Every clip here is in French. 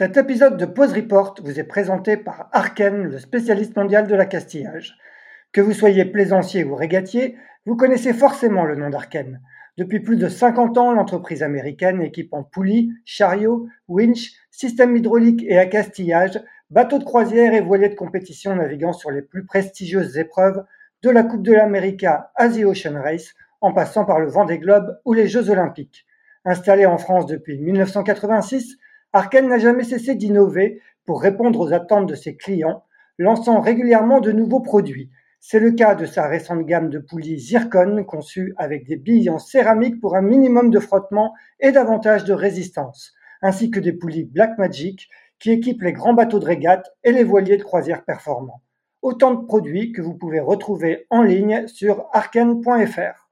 Cet épisode de Pause Report vous est présenté par Arken, le spécialiste mondial de l'accastillage. Que vous soyez plaisancier ou régatier, vous connaissez forcément le nom d'Arken. Depuis plus de 50 ans, l'entreprise américaine équipe en poulies, chariots, winches, systèmes hydrauliques et accastillage, bateaux de croisière et voiliers de compétition naviguant sur les plus prestigieuses épreuves de la Coupe de l'Amérique à The Ocean Race, en passant par le Vendée Globe ou les Jeux Olympiques. Installé en France depuis 1986, Arken n'a jamais cessé d'innover pour répondre aux attentes de ses clients, lançant régulièrement de nouveaux produits. C'est le cas de sa récente gamme de poulies Zircon, conçue avec des billes en céramique pour un minimum de frottement et davantage de résistance, ainsi que des poulies Blackmagic qui équipent les grands bateaux de régate et les voiliers de croisière performants. Autant de produits que vous pouvez retrouver en ligne sur arken.fr.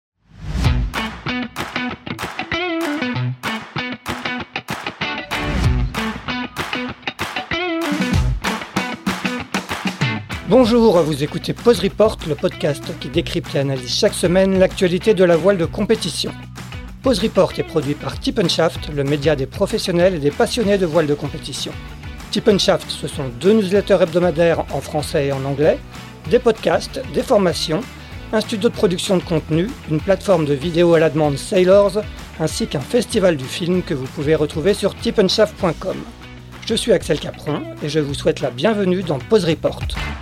Bonjour, vous écoutez Pause Report, le podcast qui décrypte et analyse chaque semaine l'actualité de la voile de compétition. Pause Report est produit par Tip & Shaft, le média des professionnels et des passionnés de voile de compétition. Tip & Shaft, ce sont 2 newsletters hebdomadaires en français et en anglais, des podcasts, des formations, un studio de production de contenu, une plateforme de vidéo à la demande Sailors, ainsi qu'un festival du film que vous pouvez retrouver sur tipandshaft.com. Je suis Axel Capron et je vous souhaite la bienvenue dans Pause Report.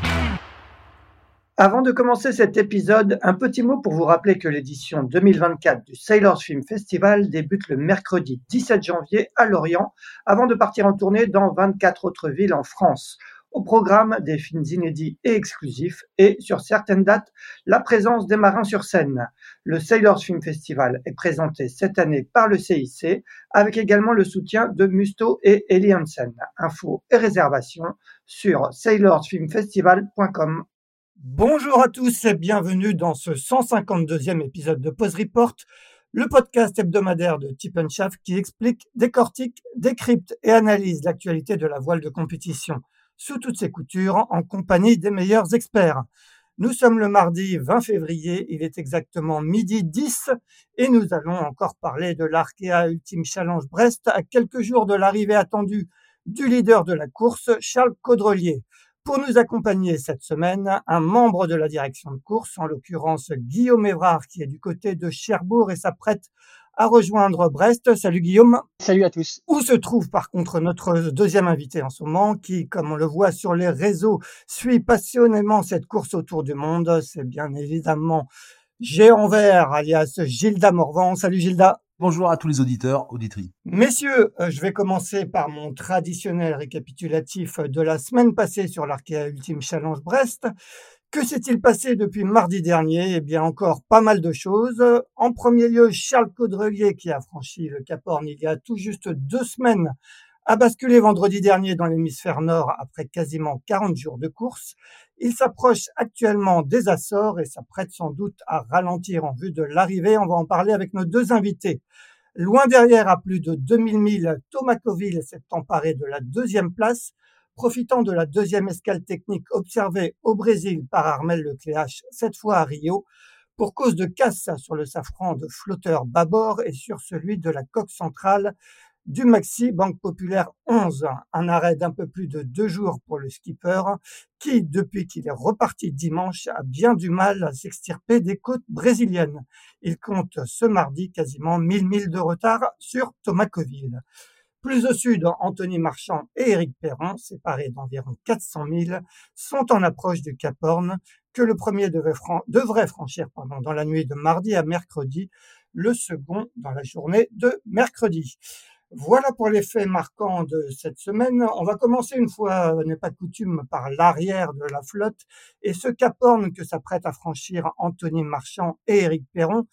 Avant de commencer cet épisode, un petit mot pour vous rappeler que l'édition 2024 du Sailors Film Festival débute le mercredi 17 janvier à Lorient, avant de partir en tournée dans 24 autres villes en France. Au programme, des films inédits et exclusifs et, sur certaines dates, la présence des marins sur scène. Le Sailors Film Festival est présenté cette année par le CIC, avec également le soutien de Musto et Eli Hansen. Infos et réservations sur sailorsfilmfestival.com. Bonjour à tous et bienvenue dans ce 152e épisode de Pause Report, le podcast hebdomadaire de Tip & Shaft qui explique, décortique, décrypte et analyse l'actualité de la voile de compétition sous toutes ses coutures en compagnie des meilleurs experts. Nous sommes le mardi 20 février, il est exactement midi 10 et nous allons encore parler de l'Arkea Ultimate Challenge Brest à quelques jours de l'arrivée attendue du leader de la course, Charles Caudrelier. Pour nous accompagner cette semaine, un membre de la direction de course, en l'occurrence Guillaume Évrard, qui est du côté de Cherbourg et s'apprête à rejoindre Brest. Salut Guillaume. Salut à tous. Où se trouve par contre notre deuxième invité en ce moment, qui, comme on le voit sur les réseaux, suit passionnément cette course autour du monde. C'est bien évidemment Géant Vert, alias Gilda Morvan. Salut Gilda. Bonjour à tous les auditeurs, auditrices. Messieurs, je vais commencer par mon traditionnel récapitulatif de la semaine passée sur l'Arkea Ultimate Challenge Brest. Que s'est-il passé depuis mardi dernier ? Eh bien, encore pas mal de choses. En premier lieu, Charles Caudrelier, qui a franchi le Cap Horn il y a tout juste 2 semaines, a basculé vendredi dernier dans l'hémisphère nord après quasiment 40 jours de course. Il s'approche actuellement des Açores et s'apprête sans doute à ralentir en vue de l'arrivée. On va en parler avec nos 2 invités. Loin derrière, à plus de 2000 milles, Thomas Coville s'est emparé de la 2e place, profitant de la 2e escale technique observée au Brésil par Armel Lecléache, cette fois à Rio, pour cause de casse sur le safran de flotteur bâbord et sur celui de la coque centrale du Maxi Banque Populaire 11. Un arrêt d'un peu plus de 2 jours pour le skipper qui, depuis qu'il est reparti dimanche, a bien du mal à s'extirper des côtes brésiliennes. Il compte ce mardi quasiment 1000 milles de retard sur Thomas Coville. Plus au sud, Anthony Marchand et Éric Perron, séparés d'environ 400 milles, sont en approche du Cap Horn que le premier devrait franchir dans la nuit de mardi à mercredi, le second dans la journée de mercredi. Voilà pour les faits marquants de cette semaine. On va commencer, une fois n'est pas coutume, par l'arrière de la flotte et ce Cap Horn que s'apprêtent à franchir Anthony Marchand et Éric Perron.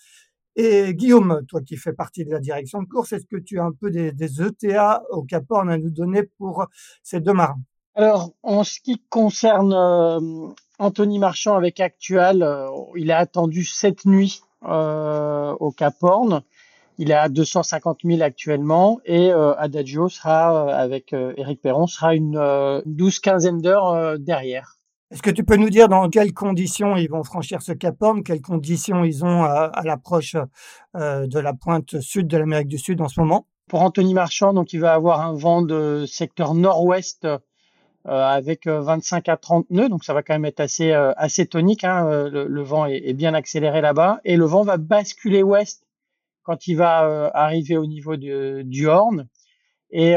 Et Guillaume, toi qui fais partie de la direction de course, est-ce que tu as un peu des ETA au Cap Horn à nous donner pour ces 2 marins ? Alors, en ce qui concerne Anthony Marchand avec Actual, il a attendu 7 nuits au Cap Horn. Il est à 250 000 actuellement et Adagio sera, avec Éric Perron, sera une 12-15 d'heures derrière. Est-ce que tu peux nous dire dans quelles conditions ils vont franchir ce Cap Horn, quelles conditions ils ont à l'approche de la pointe sud de l'Amérique du Sud en ce moment ? Pour Anthony Marchand, donc il va avoir un vent de secteur nord-ouest avec 25 à 30 nœuds, donc ça va quand même être assez tonique, hein. Le vent est bien accéléré là-bas, et le vent va basculer ouest quand il va arriver au niveau du Horn, et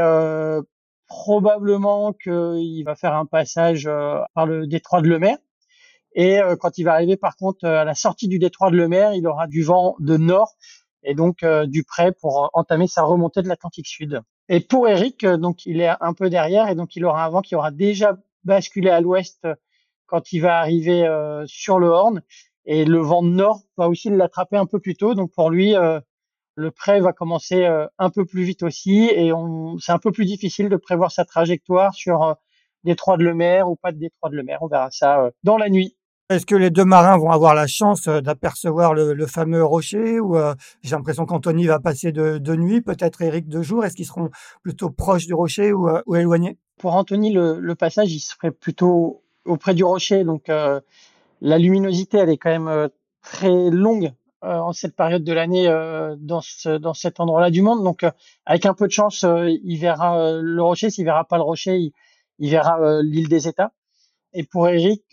probablement qu'il va faire un passage par le détroit de Lemaire. Et quand il va arriver par contre à la sortie du détroit de Lemaire, il aura du vent de nord et donc du près pour entamer sa remontée de l'Atlantique Sud. Et pour Eric, donc il est un peu derrière et donc il aura un vent qui aura déjà basculé à l'ouest quand il va arriver sur le Horn, et le vent de nord va aussi l'attraper un peu plus tôt. Donc pour lui, le près va commencer un peu plus vite aussi, et c'est un peu plus difficile de prévoir sa trajectoire sur détroit de Lemaire ou pas de détroit de Lemaire. On verra ça dans la nuit. Est-ce que les deux marins vont avoir la chance d'apercevoir le fameux rocher ou j'ai l'impression qu'Anthony va passer de nuit, peut-être Eric de jour. Est-ce qu'ils seront plutôt proches du rocher ou éloignés? Pour Anthony, le passage, il se ferait plutôt auprès du rocher. Donc, la luminosité, elle est quand même très longue en cette période de l'année dans cet endroit-là du monde. Donc, avec un peu de chance, il verra le rocher. S'il verra pas le rocher, il verra l'île des États. Et pour Eric,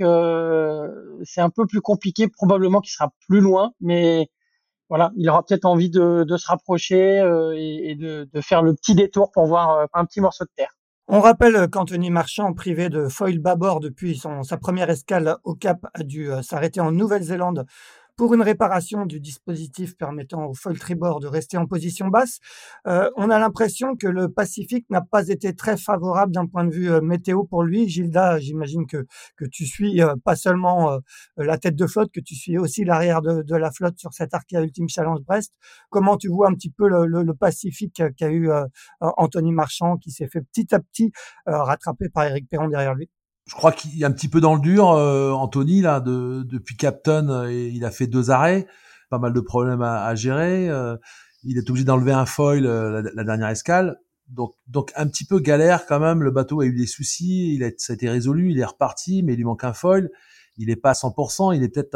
c'est un peu plus compliqué. Probablement qu'il sera plus loin, mais voilà, il aura peut-être envie de se rapprocher et de faire le petit détour pour voir un petit morceau de terre. On rappelle qu'Anthony Marchand, privé de foil bâbord depuis sa première escale au Cap, a dû s'arrêter en Nouvelle-Zélande pour une réparation du dispositif permettant au foil tribord de rester en position basse. On a l'impression que le Pacifique n'a pas été très favorable d'un point de vue météo pour lui. Gilda, j'imagine que tu suis pas seulement la tête de flotte, que tu suis aussi l'arrière de la flotte sur cet Arkea Ultime Challenge Brest. Comment tu vois un petit peu le Pacifique qu'a eu Anthony Marchand, qui s'est fait petit à petit rattraper par Eric Perron derrière lui? Je crois qu'il est un petit peu dans le dur, Anthony, là, depuis Captain, il a fait 2 arrêts, pas mal de problèmes à gérer. Il est obligé d'enlever un foil la dernière escale. Donc un petit peu galère quand même. Le bateau a eu des soucis, ça a été résolu, il est reparti, mais il lui manque un foil. Il est pas à 100%, il est peut-être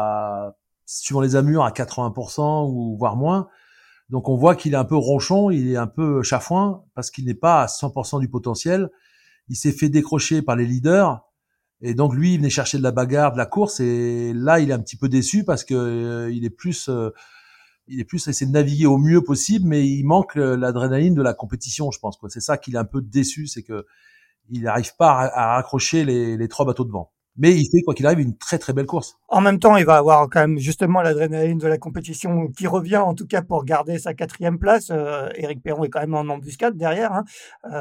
suivant les amures, à 80% ou voire moins. Donc on voit qu'il est un peu ronchon, il est un peu chafouin parce qu'il n'est pas à 100% du potentiel. Il s'est fait décrocher par les leaders et donc lui il venait chercher de la bagarre, de la course, et là il est un petit peu déçu parce que il est plus essayer de naviguer au mieux possible, mais il manque l'adrénaline de la compétition, je pense, quoi. C'est ça qu'il est un peu déçu, c'est que il n'arrive pas à raccrocher les 3 bateaux devant. Mais il fait, quoi qu'il arrive, une très très belle course. En même temps, il va avoir quand même justement l'adrénaline de la compétition qui revient, en tout cas pour garder sa 4e place. Eric Perron est quand même en embuscade derrière, hein,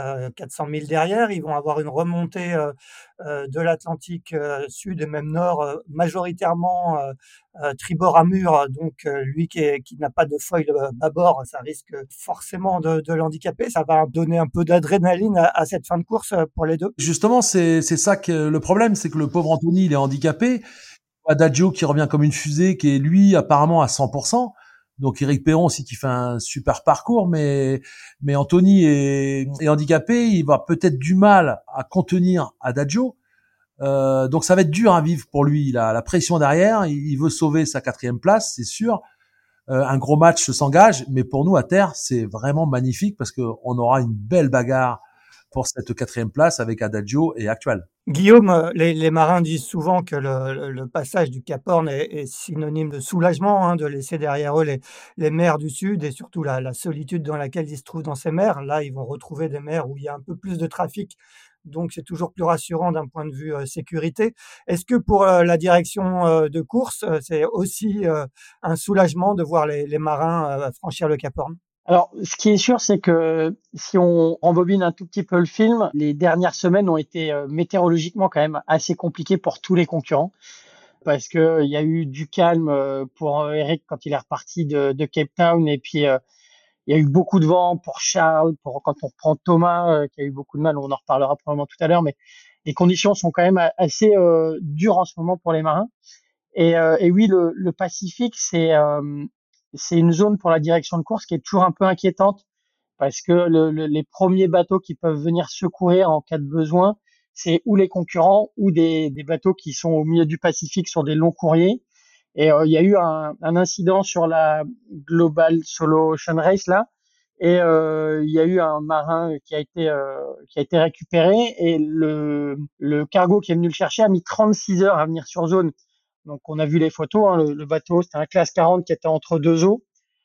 400 000 derrière. Ils vont avoir une remontée de l'Atlantique Sud et même Nord, majoritairement tribord à mur. Donc lui qui n'a pas de foil bâbord, ça risque forcément de l'handicaper. Ça va donner un peu d'adrénaline à cette fin de course pour les deux. Justement, c'est ça que le problème, c'est que le pauvre Anthony, il est handicapé. Adagio qui revient comme une fusée, qui est lui apparemment à 100%. Donc Eric Perron aussi qui fait un super parcours, mais Anthony est handicapé, il va peut-être du mal à contenir Adagio. Donc ça va être dur à vivre pour lui. Il a la pression derrière, il veut sauver sa 4e place, c'est sûr. Un gros match s'engage, mais pour nous à terre, c'est vraiment magnifique parce que on aura une belle bagarre pour cette 4e place avec Adagio et Actual. Guillaume, les marins disent souvent que le passage du Cap Horn est synonyme de soulagement, hein, de laisser derrière eux les mers du Sud et surtout la solitude dans laquelle ils se trouvent dans ces mers. Là, ils vont retrouver des mers où il y a un peu plus de trafic, donc c'est toujours plus rassurant d'un point de vue sécurité. Est-ce que pour la direction de course, c'est aussi un soulagement de voir les marins franchir le Cap Horn? Alors, ce qui est sûr, c'est que si on rembobine un tout petit peu le film, les dernières semaines ont été météorologiquement quand même assez compliquées pour tous les concurrents, parce que il y a eu du calme pour Eric quand il est reparti de Cape Town, et puis il y a eu beaucoup de vent pour Charles, pour quand on reprend Thomas qui a eu beaucoup de mal, on en reparlera probablement tout à l'heure, mais les conditions sont quand même assez dures en ce moment pour les marins. Et oui, le Pacifique, c'est une zone pour la direction de course qui est toujours un peu inquiétante, parce que les premiers bateaux qui peuvent venir secourir en cas de besoin, c'est ou les concurrents ou des bateaux qui sont au milieu du Pacifique sur des longs courriers. Et il y a eu un incident sur la Global Solo Ocean Race là, Et il y a eu un marin qui a été récupéré, et le cargo qui est venu le chercher a mis 36 heures à venir sur zone. Donc on a vu les photos, hein, le bateau, c'était un classe 40 qui était entre deux eaux.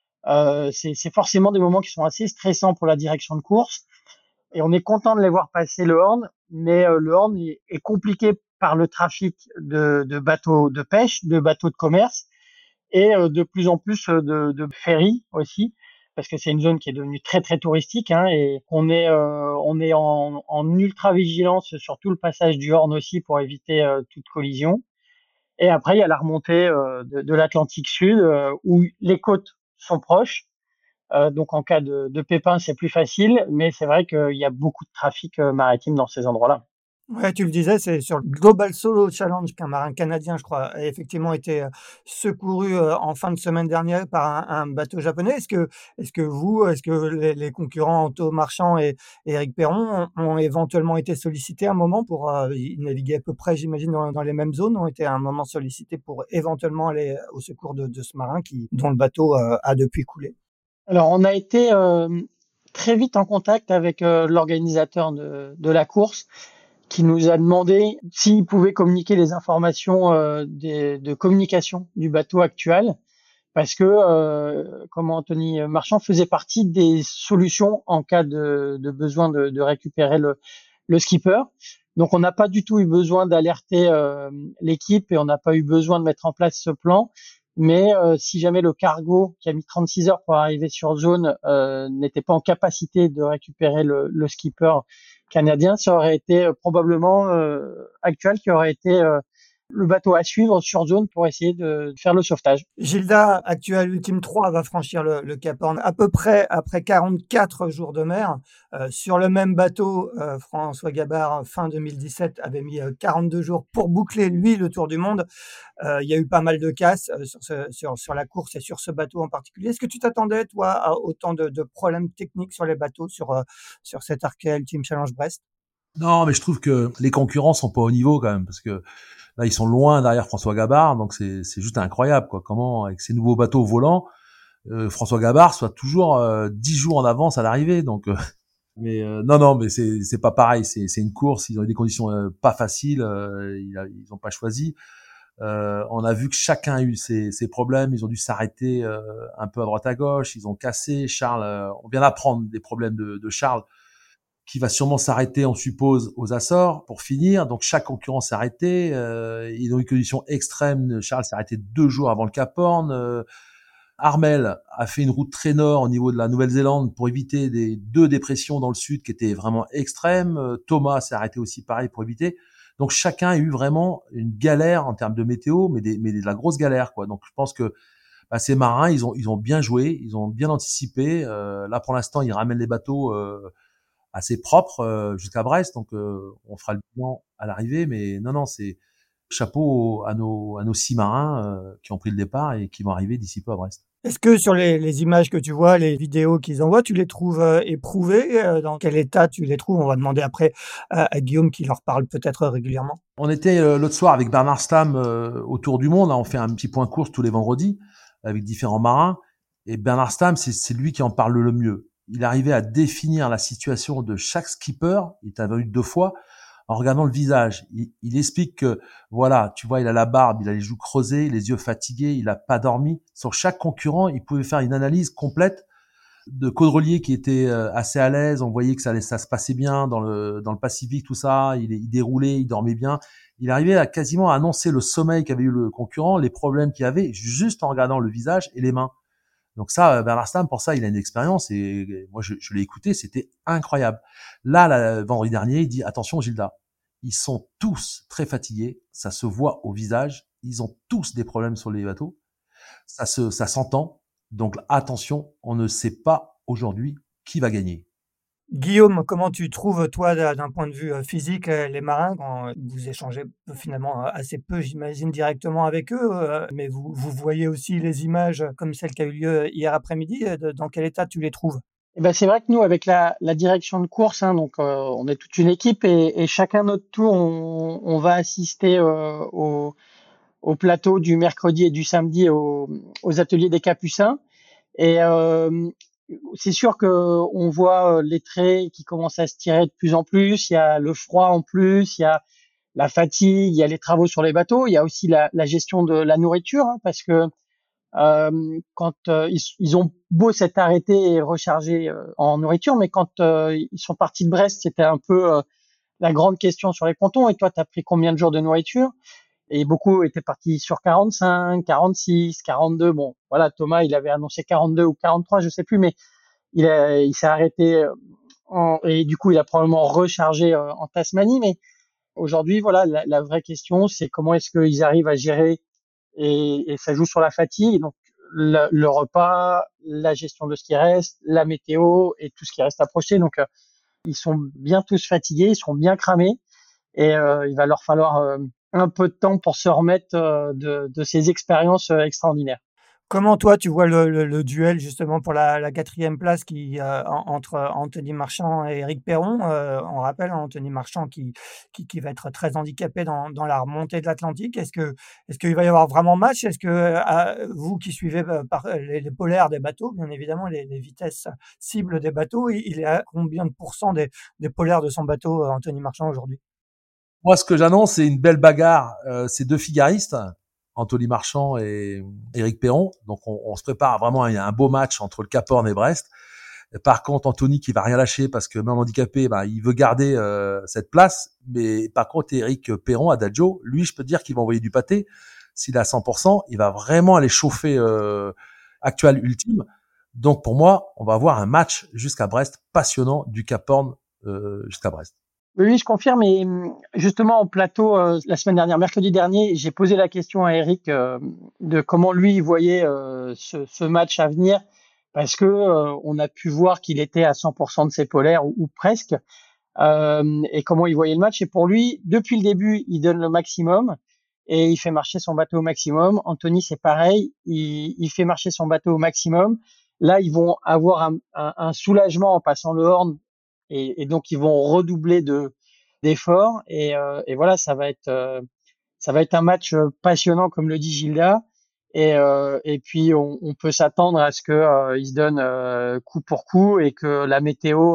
C'est forcément des moments qui sont assez stressants pour la direction de course, et on est content de les voir passer le Horn, mais le Horn est compliqué par le trafic de bateaux de pêche, de bateaux de commerce, et de plus en plus de ferries aussi, parce que c'est une zone qui est devenue très très touristique, hein, et on est en ultra vigilance sur tout le passage du Horn aussi pour éviter toute collision. Et après il y a la remontée de l'Atlantique Sud, où les côtes sont proches. Donc en cas de pépin, c'est plus facile, mais c'est vrai qu'il y a beaucoup de trafic maritime dans ces endroits-là. Ouais, tu le disais, c'est sur le Global Solo Challenge qu'un marin canadien, je crois, a effectivement été, secouru, en fin de semaine dernière par un bateau japonais. Est-ce que les concurrents Anto Marchand et Éric Perron ont éventuellement été sollicités à un moment pour, ils naviguaient à peu près, j'imagine, dans les mêmes zones, ont été à un moment sollicités pour éventuellement aller au secours de ce marin dont le bateau, a depuis coulé? Alors on a été très vite en contact avec l'organisateur de la course, qui nous a demandé s'il pouvait communiquer les informations de communication du bateau actuel, parce que comme Anthony Marchand faisait partie des solutions en cas de besoin de récupérer le skipper. Donc on n'a pas du tout eu besoin d'alerter l'équipe, et on n'a pas eu besoin de mettre en place ce plan. Mais si jamais le cargo, qui a mis 36 heures pour arriver sur zone, n'était pas en capacité de récupérer le skipper canadien, ça aurait été probablement Actual qui aurait été le bateau à suivre sur zone pour essayer de faire le sauvetage. Gilda, actuel Ultime 3, va franchir le Cap Horn à peu près après 44 jours de mer. Sur le même bateau, François Gabard, fin 2017, avait mis 42 jours pour boucler, lui, le tour du monde. Il y a eu pas mal de casses sur la course et sur ce bateau en particulier. Est-ce que tu t'attendais, toi, à autant de problèmes techniques sur les bateaux, sur cet Arkea Ultime Challenge Brest? Non, mais je trouve que les concurrents sont pas au niveau quand même, parce que là ils sont loin derrière François Gabard, donc c'est juste incroyable quoi. Comment avec ces nouveaux bateaux volants, François Gabard soit toujours 10 jours en avance à l'arrivée. Donc, non, mais c'est pas pareil. C'est une course. Ils ont eu des conditions pas faciles. Ils ont pas choisi. On a vu que chacun a eu ses problèmes. Ils ont dû s'arrêter un peu à droite à gauche. Ils ont cassé. Charles, on vient d'apprendre des problèmes de Charles, qui va sûrement s'arrêter, on suppose, aux Açores pour finir. Donc chaque concurrent s'est arrêté. Ils ont eu une condition extrême. Charles s'est arrêté 2 jours avant le Cap Horn. Armel a fait une route très nord au niveau de la Nouvelle-Zélande pour éviter des 2 dépressions dans le sud qui étaient vraiment extrêmes. Thomas s'est arrêté aussi pareil pour éviter. Donc chacun a eu vraiment une galère en termes de météo, mais de la grosse galère quoi. Donc je pense que ces marins, ils ont bien joué, ils ont bien anticipé. Là pour l'instant, ils ramènent les bateaux assez propre jusqu'à Brest, donc on fera le bilan à l'arrivée. Mais non, c'est chapeau à nos 6 marins qui ont pris le départ et qui vont arriver d'ici peu à Brest. Est-ce que sur les images que tu vois, les vidéos qu'ils envoient, tu les trouves éprouvés? Dans quel état tu les trouves? On va demander après à Guillaume qui leur parle peut-être régulièrement. On était l'autre soir avec Bernard Stam au Tour du Monde. Là, on fait un petit point course tous les vendredis avec différents marins. Et Bernard Stam, c'est lui qui en parle le mieux. Il arrivait à définir la situation de chaque skipper. Il est venu 2 fois en regardant le visage. Il explique que, voilà, tu vois, il a la barbe, il a les joues creusées, les yeux fatigués, il a pas dormi. Sur chaque concurrent, il pouvait faire une analyse complète de Caudrelier qui était assez à l'aise. On voyait que ça se passait bien dans le Pacifique, tout ça. Il déroulait, il dormait bien. Il arrivait à quasiment annoncer le sommeil qu'avait eu le concurrent, les problèmes qu'il avait, juste en regardant le visage et les mains. Donc ça, Bernard Stam, pour ça, il a une expérience et moi, je l'ai écouté, c'était incroyable. Là, vendredi dernier, il dit, attention Gilda, ils sont tous très fatigués, ça se voit au visage, ils ont tous des problèmes sur les bateaux, ça s'entend, donc attention, on ne sait pas aujourd'hui qui va gagner. Guillaume, comment tu trouves, toi, d'un point de vue physique, les marins quand vous échangez finalement assez peu, j'imagine, directement avec eux, mais vous voyez aussi les images comme celle qui a eu lieu hier après-midi. Dans quel état tu les trouves? Eh ben c'est vrai que nous, avec la direction de course, hein, donc on est toute une équipe, et chacun notre tour, on va assister au plateau du mercredi et du samedi aux ateliers des Capucins. Et c'est sûr que on voit les traits qui commencent à se tirer de plus en plus. Il y a le froid en plus, il y a la fatigue, il y a les travaux sur les bateaux, il y a aussi la gestion de la nourriture, hein, parce que quand ils ont beau s'être arrêtés et rechargés en nourriture, mais quand ils sont partis de Brest, c'était un peu la grande question sur les pontons. Et toi, t'as pris combien de jours de nourriture? Et beaucoup étaient partis sur 45, 46, 42. Bon, voilà, Thomas, il avait annoncé 42 ou 43, je sais plus, mais il s'est arrêté et du coup, il a probablement rechargé en Tasmanie. Mais aujourd'hui, voilà, la vraie question, c'est comment est-ce qu'ils arrivent à gérer et ça joue sur la fatigue. Donc, le repas, la gestion de ce qui reste, la météo et tout ce qui reste à projeter. Donc, ils sont bien tous fatigués, ils sont bien cramés et il va leur falloir un peu de temps pour se remettre de ces expériences extraordinaires. Comment toi tu vois le duel justement pour la quatrième place entre Anthony Marchand et Éric Perron? On rappelle Anthony Marchand qui va être très handicapé dans la remontée de l'Atlantique. Est-ce qu'il va y avoir vraiment match? Est-ce que vous qui suivez par les polaires des bateaux, bien évidemment les vitesses cibles des bateaux, il est à combien de pourcents des polaires de son bateau, Anthony Marchand aujourd'hui? Moi, ce que j'annonce, c'est une belle bagarre. C'est deux figaristes, Anthony Marchand et Éric Perron. Donc, on se prépare vraiment à un beau match entre le Cap Horn et Brest. Par contre, Anthony qui va rien lâcher parce que même handicapé, il veut garder cette place. Mais par contre, Éric Perron, Adagio, lui, je peux te dire qu'il va envoyer du pâté. S'il est à 100%, il va vraiment aller chauffer Actual Ultime. Donc, pour moi, on va avoir un match jusqu'à Brest, passionnant du Cap Horn jusqu'à Brest. Oui, je confirme. Et justement, en plateau, la semaine dernière, mercredi dernier, j'ai posé la question à Eric de comment lui il voyait ce match à venir, parce que on a pu voir qu'il était à 100% de ses polaires ou presque, et comment il voyait le match. Et pour lui, depuis le début, il donne le maximum et il fait marcher son bateau au maximum. Anthony, c'est pareil, il fait marcher son bateau au maximum. Là, ils vont avoir un soulagement en passant le Horn et donc ils vont redoubler d'efforts et voilà, ça va être un match passionnant comme le dit Gilda et puis on peut s'attendre à ce que ils se donnent coup pour coup et que la météo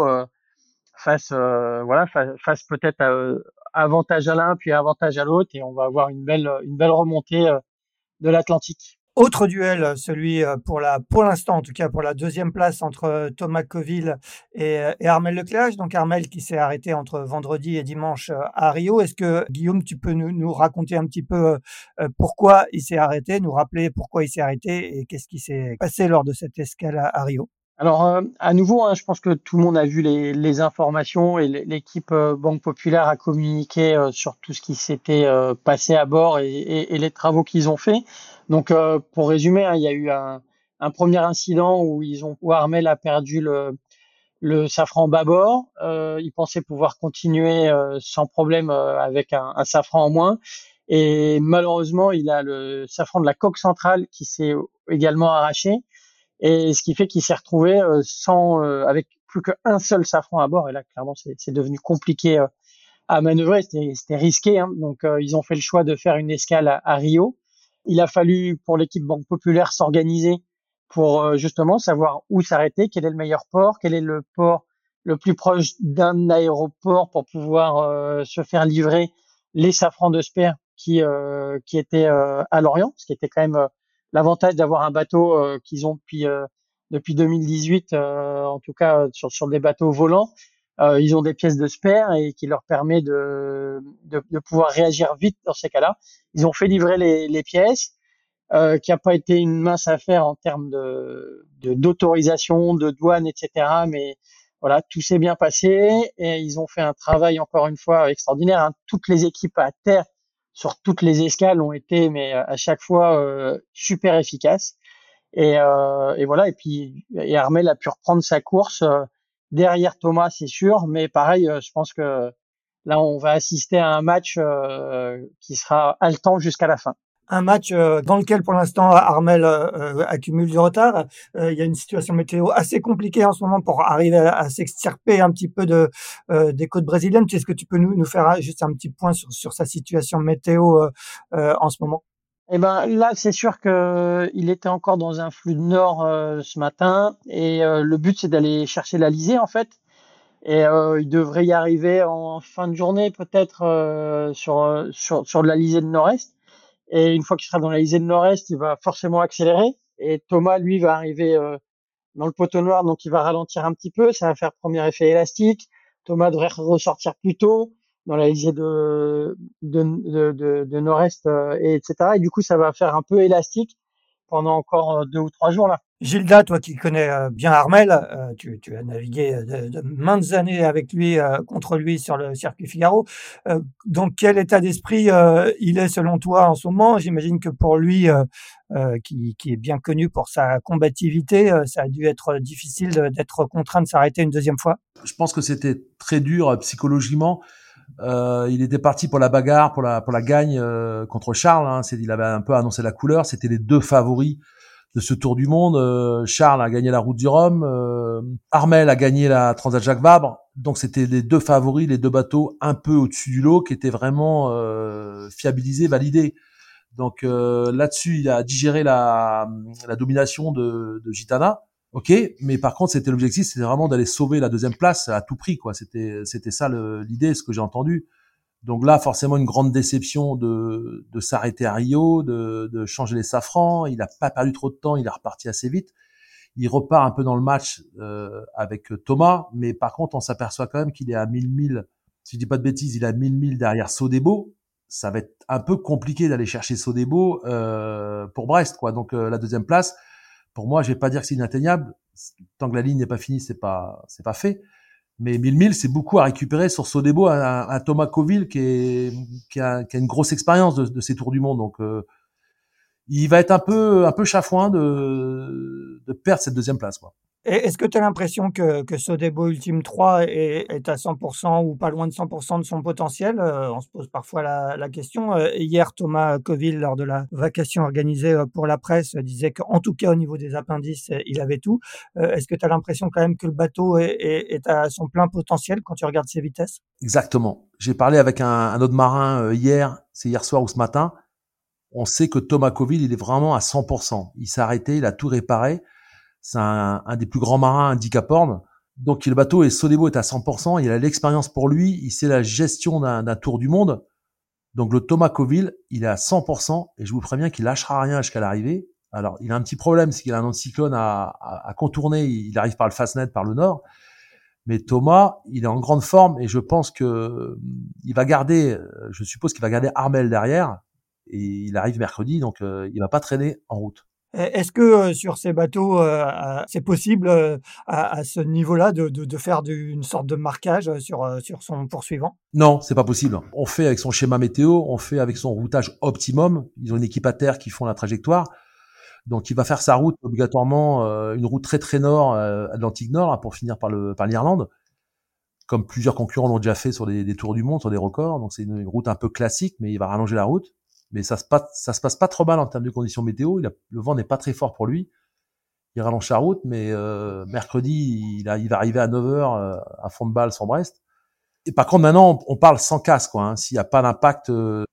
fasse peut-être avantage à l'un puis avantage à l'autre et on va avoir une belle remontée de l'Atlantique. Autre duel, celui pour l'instant, en tout cas pour la deuxième place entre Thomas Coville et Armel Lecléache. Donc Armel qui s'est arrêté entre vendredi et dimanche à Rio. Est-ce que Guillaume, tu peux nous raconter un petit peu pourquoi il s'est arrêté, nous rappeler pourquoi il s'est arrêté et qu'est-ce qui s'est passé lors de cette escale à Rio? Alors à nouveau, hein, je pense que tout le monde a vu les informations et l'équipe Banque Populaire a communiqué sur tout ce qui s'était passé à bord et les travaux qu'ils ont fait. Donc pour résumer, hein, il y a eu un premier incident où Armel a perdu le safran bâbord. Il pensait pouvoir continuer sans problème avec un safran en moins. Et malheureusement, il a le safran de la coque centrale qui s'est également arraché. Et ce qui fait qu'il s'est retrouvé avec plus qu'un seul safran à bord. Et là, clairement, c'est devenu compliqué à manœuvrer. C'était risqué. Hein. Donc, ils ont fait le choix de faire une escale à Rio. Il a fallu pour l'équipe Banque Populaire s'organiser pour justement savoir où s'arrêter, quel est le meilleur port, quel est le port le plus proche d'un aéroport pour pouvoir se faire livrer les safrans de Spare qui étaient à Lorient, ce qui était quand même l'avantage d'avoir un bateau qu'ils ont depuis 2018, en tout cas sur des bateaux volants. Ils ont des pièces de spare et qui leur permet de pouvoir réagir vite dans ces cas-là. Ils ont fait livrer les pièces, qui a pas été une mince affaire en termes d'autorisation, de douane, etc. Mais voilà, tout s'est bien passé et ils ont fait un travail encore une fois extraordinaire. Hein. Toutes les équipes à terre sur toutes les escales ont été, mais à chaque fois super efficaces. Et voilà. Et puis Armel a pu reprendre sa course derrière Thomas, c'est sûr. Mais pareil, je pense que là, on va assister à un match qui sera haletant jusqu'à la fin. Un match dans lequel pour l'instant Armel accumule du retard. Il y a une situation météo assez compliquée en ce moment pour arriver à s'extirper un petit peu des côtes brésiliennes. Est-ce que tu peux nous faire juste un petit point sur sa situation météo en ce moment? Eh ben là, c'est sûr que il était encore dans un flux de nord ce matin et le but c'est d'aller chercher l'Alizé en fait et il devrait y arriver en fin de journée peut-être sur de l'Alizé de Nord-Est et une fois qu'il sera dans l'Alizé de Nord-Est, il va forcément accélérer et Thomas lui va arriver dans le poteau noir donc il va ralentir un petit peu, ça va faire premier effet élastique. Thomas devrait ressortir plus tôt dans l'Alizé de Nord-Est et etc. Et du coup, ça va faire un peu élastique pendant encore 2 ou 3 jours là. Gilda, toi qui connais bien Armel, tu as navigué de maintes années avec lui, contre lui sur le circuit Figaro. Dans quel état d'esprit il est selon toi en ce moment? J'imagine que pour lui, qui est bien connu pour sa combativité, ça a dû être difficile d'être contraint de s'arrêter une deuxième fois. Je pense que c'était très dur psychologiquement. Il était parti pour la bagarre, pour la gagne contre Charles. Hein. Il avait un peu annoncé la couleur. C'était les deux favoris de ce Tour du Monde. Charles a gagné la Route du Rhum. Armel a gagné la Transat Jacques Vabre. Donc c'était les deux favoris, les deux bateaux un peu au-dessus du lot qui étaient vraiment fiabilisés, validés. Donc là-dessus, il a digéré la domination de Gitana. Ok, mais par contre, c'était l'objectif, c'était vraiment d'aller sauver la deuxième place à tout prix, quoi. C'était ça l'idée, ce que j'ai entendu. Donc là, forcément, une grande déception de s'arrêter à Rio, de changer les safrans. Il n'a pas perdu trop de temps, il est reparti assez vite. Il repart un peu dans le match avec Thomas, mais par contre, on s'aperçoit quand même qu'il est à 1000 milles. Si je dis pas de bêtises, il est à 1000 milles derrière Sodebo. Ça va être un peu compliqué d'aller chercher Sodebo pour Brest, quoi. Donc la deuxième place, pour moi, je vais pas dire que c'est inatteignable. Tant que la ligne n'est pas finie, c'est pas fait. Mais 1000 milles, c'est beaucoup à récupérer sur Sodebo, un Thomas Coville qui a une grosse expérience de ces tours du monde. Donc il va être un peu chafouin de perdre cette deuxième place, quoi. Et est-ce que tu as l'impression que Sodebo Ultime 3 est à 100% ou pas loin de 100% de son potentiel? On se pose parfois la question. Hier, Thomas Coville, lors de la vacation organisée pour la presse, disait qu'en tout cas au niveau des appendices, il avait tout. Est-ce que tu as l'impression quand même que le bateau est à son plein potentiel quand tu regardes ses vitesses? Exactement. J'ai parlé avec un autre marin hier, c'est hier soir ou ce matin. On sait que Thomas Coville, il est vraiment à 100%. Il s'est arrêté, il a tout réparé. C'est un des plus grands marins à Cap Horn. Donc le bateau et Sodebo est à 100%. Il a l'expérience pour lui. Il sait la gestion d'un tour du monde. Donc le Thomas Coville, il est à 100%. Et je vous préviens qu'il lâchera rien jusqu'à l'arrivée. Alors il a un petit problème, c'est qu'il a un anticyclone à contourner. Il arrive par le Fastnet, par le nord. Mais Thomas, il est en grande forme et je pense que il va garder, je suppose qu'il va garder Armel derrière. Et il arrive mercredi, donc il va pas traîner en route. Est-ce que sur ces bateaux, c'est possible à ce niveau-là de faire une sorte de marquage sur son poursuivant? Non, c'est pas possible. On fait avec son schéma météo, on fait avec son routage optimum. Ils ont une équipe à terre qui font la trajectoire. Donc il va faire sa route obligatoirement, une route très très nord, Atlantique Nord, hein, pour finir par l'Irlande, comme plusieurs concurrents l'ont déjà fait sur des tours du monde, sur des records. Donc c'est une route un peu classique, mais il va rallonger la route. Mais ça se passe pas trop mal en termes de conditions météo. Le vent n'est pas très fort pour lui. Il rallonge sa route, mais mercredi, il va arriver à 9 heures à fond de balle sur Brest. Et par contre, maintenant, on parle sans casse, quoi. Hein. S'il n'y a pas d'impact,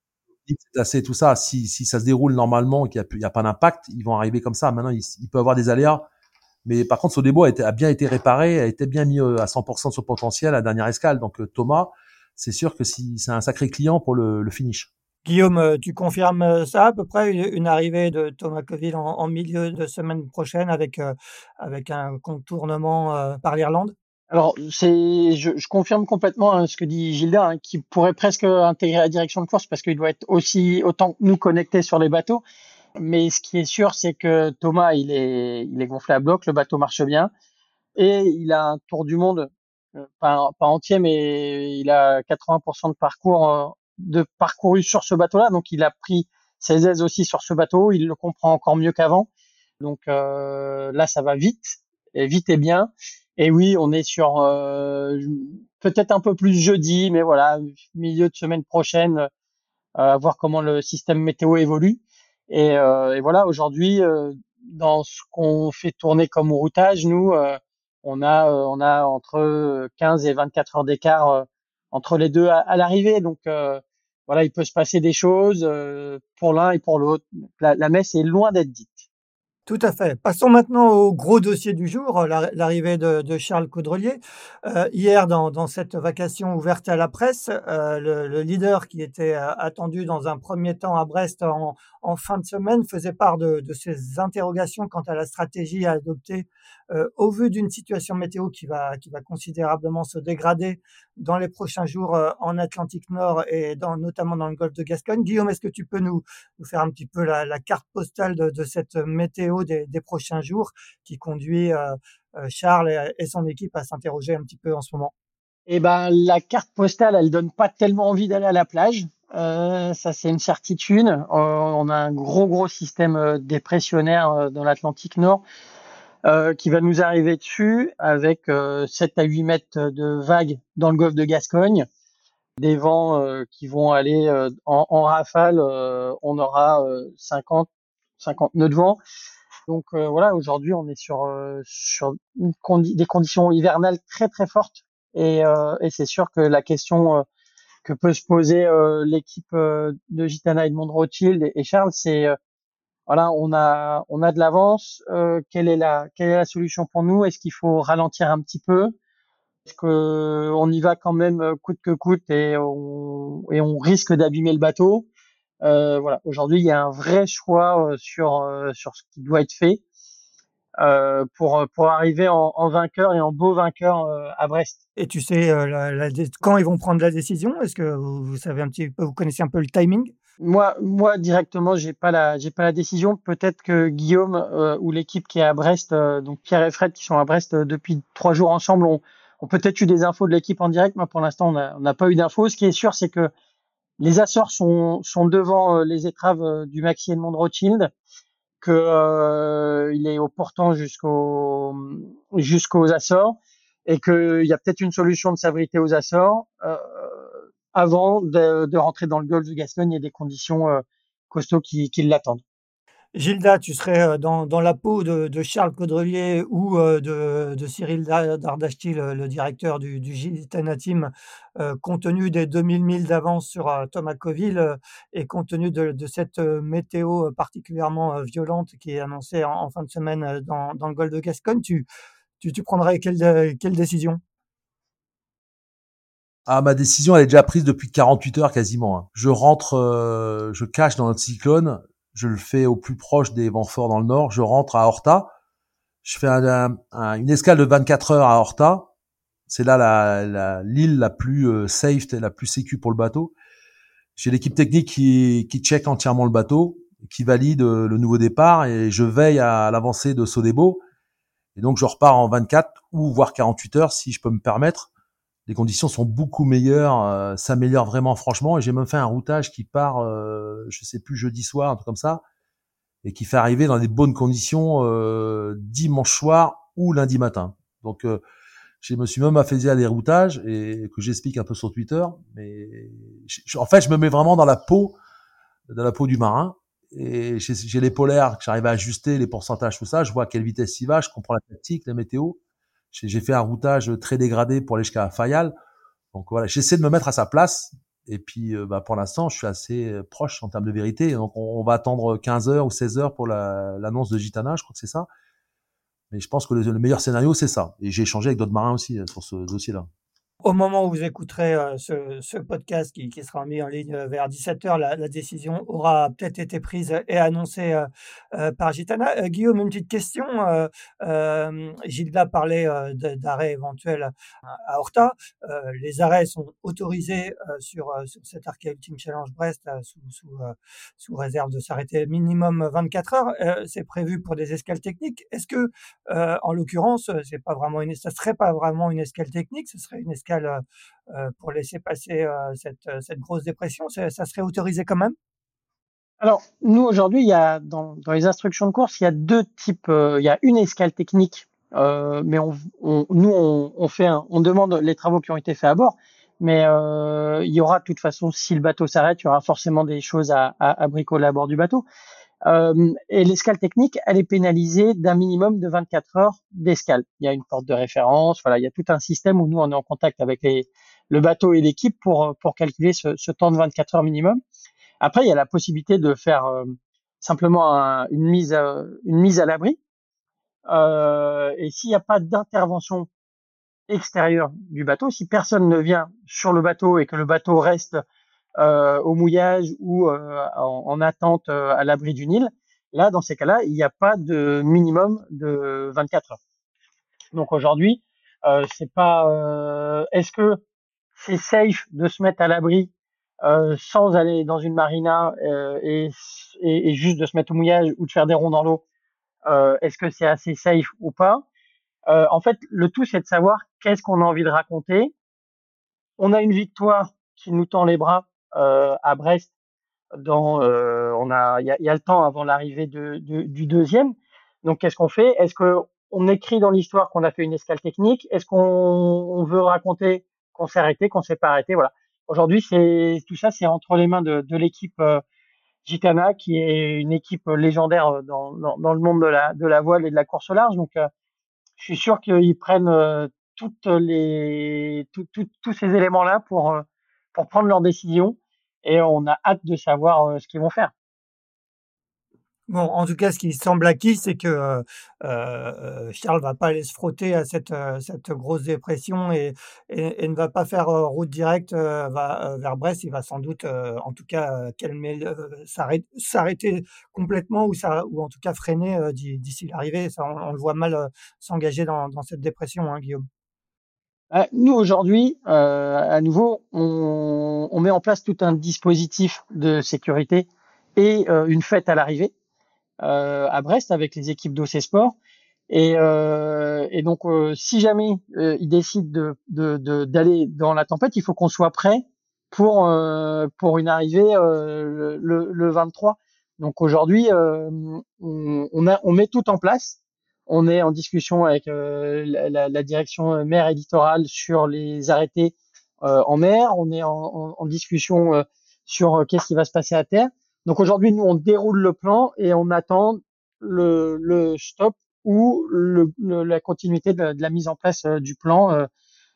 tout ça, si ça se déroule normalement et qu'il n'y a pas d'impact, ils vont arriver comme ça. Maintenant, il peut avoir des aléas. Mais par contre, Sodebo a bien été réparé, a été bien mis à 100% de son potentiel à la dernière escale. Donc Thomas, c'est sûr que c'est un sacré client pour le finish. Guillaume, tu confirmes ça à peu près, une arrivée de Thomas Coville en milieu de semaine prochaine avec un contournement par l'Irlande? Alors, je confirme complètement hein, ce que dit Gilda, hein, qui pourrait presque intégrer la direction de course parce qu'il doit être aussi autant que nous connecté sur les bateaux. Mais ce qui est sûr, c'est que Thomas, il est gonflé à bloc, le bateau marche bien et il a un tour du monde, pas entier, mais il a 80% de parcouru sur ce bateau-là. Donc, il a pris ses aises aussi sur ce bateau. Il le comprend encore mieux qu'avant. Donc là, ça va vite, et vite et bien. Et oui, on est sur peut-être un peu plus jeudi, mais voilà, milieu de semaine prochaine, à voir comment le système météo évolue. Et voilà, aujourd'hui, dans ce qu'on fait tourner comme routage, nous, on a entre 15 et 24 heures d'écart entre les deux à l'arrivée. Donc voilà, il peut se passer des choses pour l'un et pour l'autre. La messe est loin d'être dite. Tout à fait. Passons maintenant au gros dossier du jour, l'arrivée de Charles Caudrelier. Hier, dans cette vacation ouverte à la presse, le leader qui était attendu dans un premier temps à Brest en fin de semaine faisait part de ses interrogations quant à la stratégie à adopter au vu d'une situation météo qui va considérablement se dégrader dans les prochains jours en Atlantique Nord et notamment dans le golfe de Gascogne. Guillaume, est-ce que tu peux nous faire un petit peu la carte postale de cette météo des prochains jours qui conduit Charles et son équipe à s'interroger un petit peu en ce moment? Eh ben, la carte postale, elle donne pas tellement envie d'aller à la plage. Ça, c'est une certitude. On a un gros système dépressionnaire dans l'Atlantique Nord qui va nous arriver dessus avec 7 à 8 mètres de vagues dans le golfe de Gascogne. Des vents qui vont aller en rafale. On aura 50 nœuds de vent. Donc voilà, aujourd'hui, on est sur des conditions hivernales très fortes. Et c'est sûr que la question que peut se poser l'équipe de Gitana Edmond Rothschild et Charles, c'est voilà, on a de l'avance. Quelle est la solution pour nous? Est-ce qu'il faut ralentir un petit peu? Est-ce que on y va quand même coûte que coûte et on risque d'abîmer le bateau? Voilà, aujourd'hui, il y a un vrai choix sur ce qui doit être fait pour arriver en vainqueur et en beau vainqueur à Brest. Et tu sais quand ils vont prendre la décision? Est-ce que vous savez un petit peu, vous connaissez un peu le timing? Moi directement, j'ai pas la décision. Peut-être que Guillaume ou l'équipe qui est à Brest, donc Pierre et Fred qui sont à Brest depuis 3 jours ensemble, ont peut-être eu des infos de l'équipe en direct. Moi, pour l'instant, on n'a pas eu d'infos. Ce qui est sûr, c'est que les Açores sont devant les étraves du Maxi Edmond Rothschild, que il est au portant jusqu'aux Açores, et qu'il y a peut-être une solution de s'abriter aux Açores avant de rentrer dans le golfe de Gascogne et des conditions costauds qui l'attendent. Gilda, tu serais dans la peau de Charles Caudrelier ou de Cyril Dardashti, le directeur du Gitana Team, compte tenu des 2000 milles d'avance sur Thomas Coville et compte tenu de cette météo particulièrement violente qui est annoncée en fin de semaine dans le golfe de Gascogne, tu prendrais quelle décision? Ah, ma décision, elle est déjà prise depuis 48 heures quasiment, hein. Je rentre, je cache dans notre cyclone, je le fais au plus proche des vents forts dans le nord, je rentre à Horta, je fais une escale de 24 heures à Horta, c'est là l'île la plus safe, la plus sécu pour le bateau. J'ai l'équipe technique qui check entièrement le bateau, qui valide le nouveau départ, et je veille à l'avancée de Sodebo. Et donc je repars en 24 ou voire 48 heures si je peux me permettre. Les conditions sont beaucoup meilleures, s'améliorent vraiment franchement, et j'ai même fait un routage qui part, je sais plus, jeudi soir, un truc comme ça, et qui fait arriver dans des bonnes conditions dimanche soir ou lundi matin. Donc je me suis même affaisé à des routages et que j'explique un peu sur Twitter, mais en fait je me mets vraiment dans la peau du marin, et j'ai les polaires que j'arrive à ajuster, les pourcentages, tout ça, je vois à quelle vitesse il va, je comprends la tactique, la météo. J'ai fait un routage très dégradé pour aller jusqu'à Fayal. Donc voilà, j'essaie de me mettre à sa place. Et puis, pour l'instant, je suis assez proche en termes de vérité. Donc, on va attendre 15 heures ou 16 heures pour l'annonce de Gitana. Je crois que c'est ça. Mais je pense que le meilleur scénario, c'est ça. Et j'ai échangé avec d'autres marins aussi sur ce dossier-là. Au moment où vous écouterez ce podcast qui sera mis en ligne vers 17h, la décision aura peut-être été prise et annoncée par Gitana. Guillaume, une petite question. Gilda parlait d'arrêts éventuels à Horta. Les arrêts sont autorisés sur cet Arkea Ultimate Challenge Brest sous réserve de s'arrêter minimum 24 heures. C'est prévu pour des escales techniques. Est-ce que, en l'occurrence, ça serait pas vraiment une escale technique, ce serait une escale pour laisser passer cette grosse dépression, ça serait autorisé quand même? Alors, nous, aujourd'hui, il y a dans les instructions de course, il y a deux types. Il y a une escale technique, mais on demande les travaux qui ont été faits à bord. Mais il y aura de toute façon, si le bateau s'arrête, il y aura forcément des choses à bricoler à bord du bateau. Et l'escale technique, elle est pénalisée d'un minimum de 24 heures d'escale. Il y a une porte de référence, voilà, il y a tout un système où nous, on est en contact avec le bateau et l'équipe pour calculer ce temps de 24 heures minimum. Après, il y a la possibilité de faire simplement une mise à l'abri. Et s'il n'y a pas d'intervention extérieure du bateau, si personne ne vient sur le bateau et que le bateau reste au mouillage ou en attente à l'abri d'une île, là, dans ces cas-là, il n'y a pas de minimum de 24 heures. Donc aujourd'hui, c'est pas. Est-ce que c'est safe de se mettre à l'abri sans aller dans une marina et juste de se mettre au mouillage ou de faire des ronds dans l'eau? Est-ce que c'est assez safe ou pas? En fait, le tout, c'est de savoir qu'est-ce qu'on a envie de raconter. On a une victoire qui nous tend les bras à Brest. Il y a le temps avant l'arrivée du deuxième. Donc, qu'est-ce qu'on fait? Est-ce que on écrit dans l'histoire qu'on a fait une escale technique? Est-ce qu'on veut raconter qu'on s'est arrêté, qu'on s'est pas arrêté? Voilà. Aujourd'hui, tout ça, c'est entre les mains de l'équipe Gitana, qui est une équipe légendaire dans le monde de la voile et de la course au large. Donc, je suis sûr qu'ils prennent tous ces éléments-là pour prendre leurs décisions, et on a hâte de savoir ce qu'ils vont faire. Bon, en tout cas, ce qui semble acquis, c'est que Charles va pas aller se frotter à cette grosse dépression et ne va pas faire route directe vers Brest. Il va sans doute, en tout cas, s'arrêter complètement ou en tout cas freiner d'ici l'arrivée. Ça, on le voit mal s'engager dans cette dépression, hein, Guillaume. Nous, aujourd'hui, à nouveau, on met en place tout un dispositif de sécurité et une fête à l'arrivée à Brest avec les équipes d'OC Sport. Et donc, si jamais ils décident d'aller dans la tempête, il faut qu'on soit prêt pour une arrivée le 23. Donc aujourd'hui, on met tout en place. On est en discussion avec la direction mer et littoral sur les arrêtés en mer. On est en discussion sur qu'est-ce qui va se passer à terre. Donc aujourd'hui, nous, on déroule le plan et on attend le stop ou la continuité de la mise en place du plan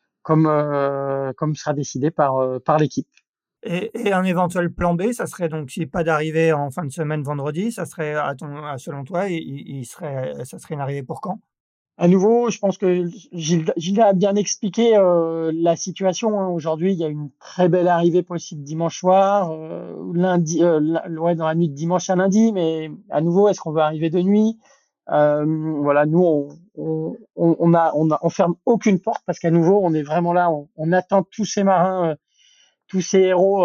comme sera décidé par l'équipe. Et un éventuel plan B, ça serait donc, si pas d'arrivée en fin de semaine vendredi, ça serait, selon toi, ça serait une arrivée pour quand? À nouveau, je pense que Gilles a bien expliqué la situation, hein. Aujourd'hui, il y a une très belle arrivée possible dimanche soir, lundi, ouais, dans la nuit de dimanche à lundi. Mais à nouveau, est-ce qu'on veut arriver de nuit? Voilà, nous, on ferme aucune porte parce qu'à nouveau, on est vraiment là, on attend tous ces marins, tous ces héros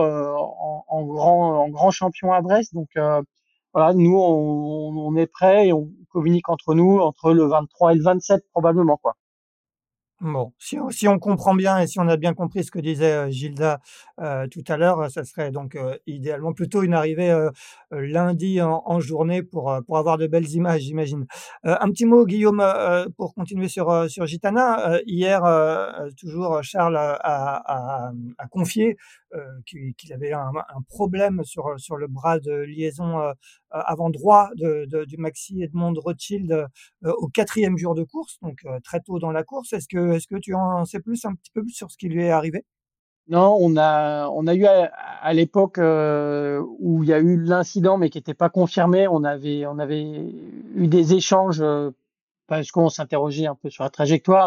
en grand champion à Brest. Donc voilà, nous, on est prêts et on communique entre nous entre le 23 et le 27 probablement, quoi. Bon, si on comprend bien et si on a bien compris ce que disait Gilda tout à l'heure, ça serait donc idéalement plutôt une arrivée lundi en journée pour avoir de belles images, j'imagine. Un petit mot, Guillaume, pour continuer sur Gitana. Hier, toujours, Charles a confié qu'il avait un problème sur le bras de liaison avant droit du Maxi Edmond Rothschild au 4e jour de course, donc très tôt dans la course. Est-ce que tu en sais plus, un petit peu plus sur ce qui lui est arrivé? Non, on a eu à l'époque où il y a eu l'incident, mais qui n'était pas confirmé. On avait eu des échanges parce qu'on s'interrogeait un peu sur la trajectoire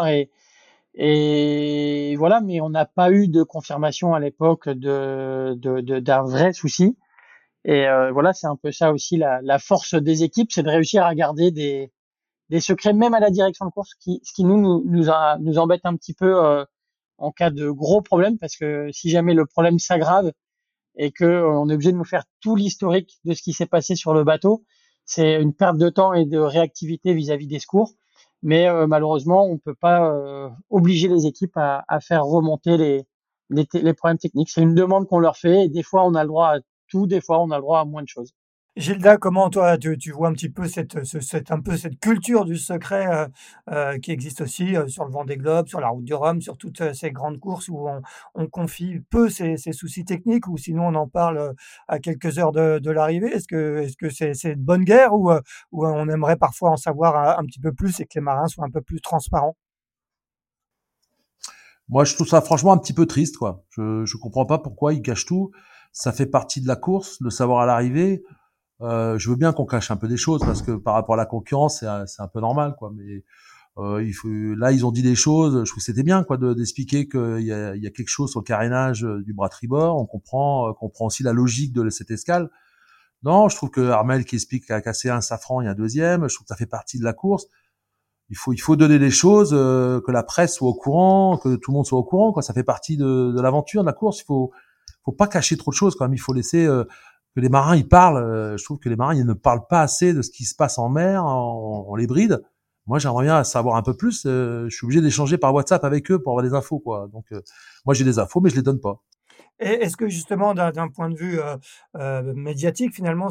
et voilà, mais on n'a pas eu de confirmation à l'époque d'un vrai souci. Et voilà, c'est un peu ça aussi la force des équipes, c'est de réussir à garder des secrets même à la direction de course, ce qui nous embête un petit peu en cas de gros problème, parce que si jamais le problème s'aggrave et que on est obligé de nous faire tout l'historique de ce qui s'est passé sur le bateau, c'est une perte de temps et de réactivité vis-à-vis des secours. Mais malheureusement, on peut pas obliger les équipes à faire remonter les problèmes techniques. C'est une demande qu'on leur fait et des fois on a le droit à tout, des fois on a le droit à moins de choses. Gilda, comment toi tu vois un petit peu un peu cette culture du secret qui existe aussi sur le Vendée Globe, sur la Route du Rhum, sur toutes ces grandes courses où on confie peu ces soucis techniques, ou sinon on en parle à quelques heures de l'arrivée. Est-ce que c'est de bonne guerre, ou on aimerait parfois en savoir un petit peu plus et que les marins soient un peu plus transparents? Moi, je trouve ça franchement un petit peu triste, quoi. Je comprends pas pourquoi ils cachent tout. Ça fait partie de la course, le savoir à l'arrivée. Je veux bien qu'on cache un peu des choses parce que par rapport à la concurrence, c'est un peu normal, quoi. Mais là, ils ont dit des choses. Je trouve que c'était bien, quoi, d'expliquer qu'il y a quelque chose sur le carénage du bras tribord. On comprend aussi la logique de cette escale. Non, je trouve que Armel qui explique qu'il a cassé un safran, il y a un deuxième. Je trouve que ça fait partie de la course. Il faut donner des choses, que la presse soit au courant, que tout le monde soit au courant, quoi. Ça fait partie de l'aventure, de la course. Faut pas cacher trop de choses, quand même. Il faut laisser que les marins ils parlent. Je trouve que les marins ils ne parlent pas assez de ce qui se passe en mer. On les bride. Moi, j'aimerais bien savoir un peu plus. Je suis obligé d'échanger par WhatsApp avec eux pour avoir des infos, quoi. Donc, moi, j'ai des infos, mais je les donne pas. Et est-ce que justement d'un point de vue, médiatique finalement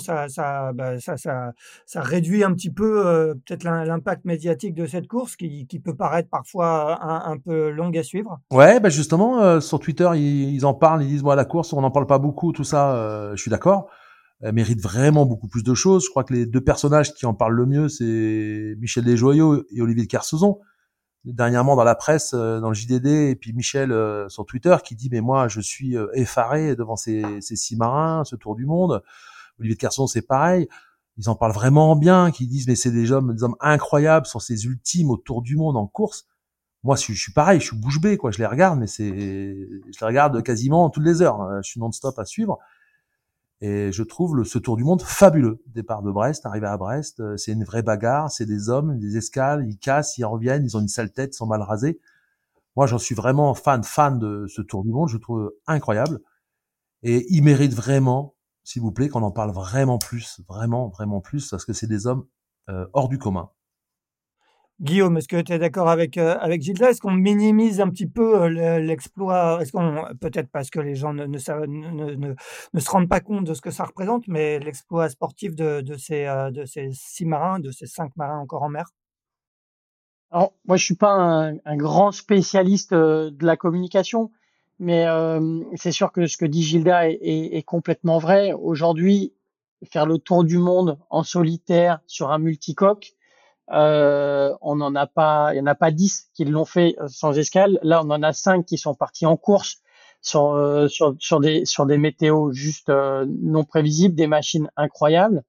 ça réduit un petit peu, peut-être l'impact médiatique de cette course qui peut paraître parfois un peu longue à suivre? Ouais, bah justement, sur Twitter, ils en parlent, ils disent, moi, la course, on n'en parle pas beaucoup, tout ça. Je suis d'accord. Elle mérite vraiment beaucoup plus de choses. Je crois que les deux personnages qui en parlent le mieux, c'est Michel Desjoyaux et Olivier de Kersauzon. Dernièrement dans la presse, dans le JDD, et puis Michel sur Twitter qui dit mais moi je suis effaré devant ces 6 marins, ce tour du monde. Olivier de Kersauzon c'est pareil. Ils en parlent vraiment bien, qui disent mais c'est des hommes incroyables sur ces ultimes au tour du monde en course. Moi je suis pareil, je suis bouche bée, quoi. Je les regarde, mais je les regarde quasiment toutes les heures. Je suis non-stop à suivre. Et je trouve ce tour du monde fabuleux. Départ de Brest, arrivé à Brest, c'est une vraie bagarre, c'est des hommes, des escales, ils cassent, ils reviennent, ils ont une sale tête, ils sont mal rasés. Moi, j'en suis vraiment fan de ce tour du monde, je le trouve incroyable. Et il mérite vraiment, s'il vous plaît, qu'on en parle vraiment plus, vraiment plus, parce que c'est des hommes hors du commun. Guillaume, est-ce que tu es d'accord avec Gilda? Est-ce qu'on minimise un petit peu, l'exploit? Est-ce qu'on peut-être parce que les gens ne se rendent pas compte de ce que ça représente, mais l'exploit sportif de ces 6 marins, de ces 5 marins encore en mer? Alors, moi, je suis pas un grand spécialiste de la communication, mais c'est sûr que ce que dit Gilda est complètement vrai. Aujourd'hui, faire le tour du monde en solitaire sur un multicoque, on n'en a pas, il y en a pas 10 qui l'ont fait sans escale. Là, on en a 5 qui sont partis en course sur des météos juste non prévisibles, des machines incroyables.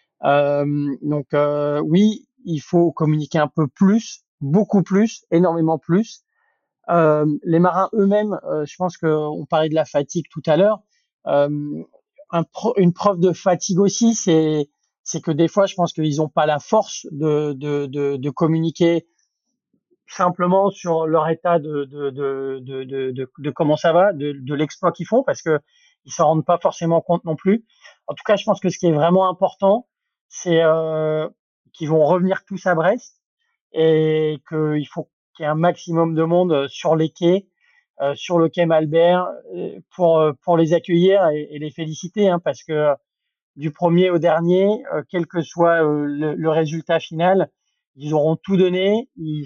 Oui, il faut communiquer un peu plus, beaucoup plus, énormément plus. Les marins eux-mêmes, je pense qu'on parlait de la fatigue tout à l'heure. Euh, une preuve de fatigue aussi, c'est que des fois, je pense qu'ils n'ont pas la force de communiquer simplement sur leur état de comment ça va, de l'exploit qu'ils font, parce que ils s'en rendent pas forcément compte non plus. En tout cas, je pense que ce qui est vraiment important, c'est qu'ils vont revenir tous à Brest et qu'il faut qu'il y ait un maximum de monde sur les quais, sur le quai Malbert, pour les accueillir et les féliciter, hein, parce que du premier au dernier, quel que soit le résultat final, ils auront tout donné,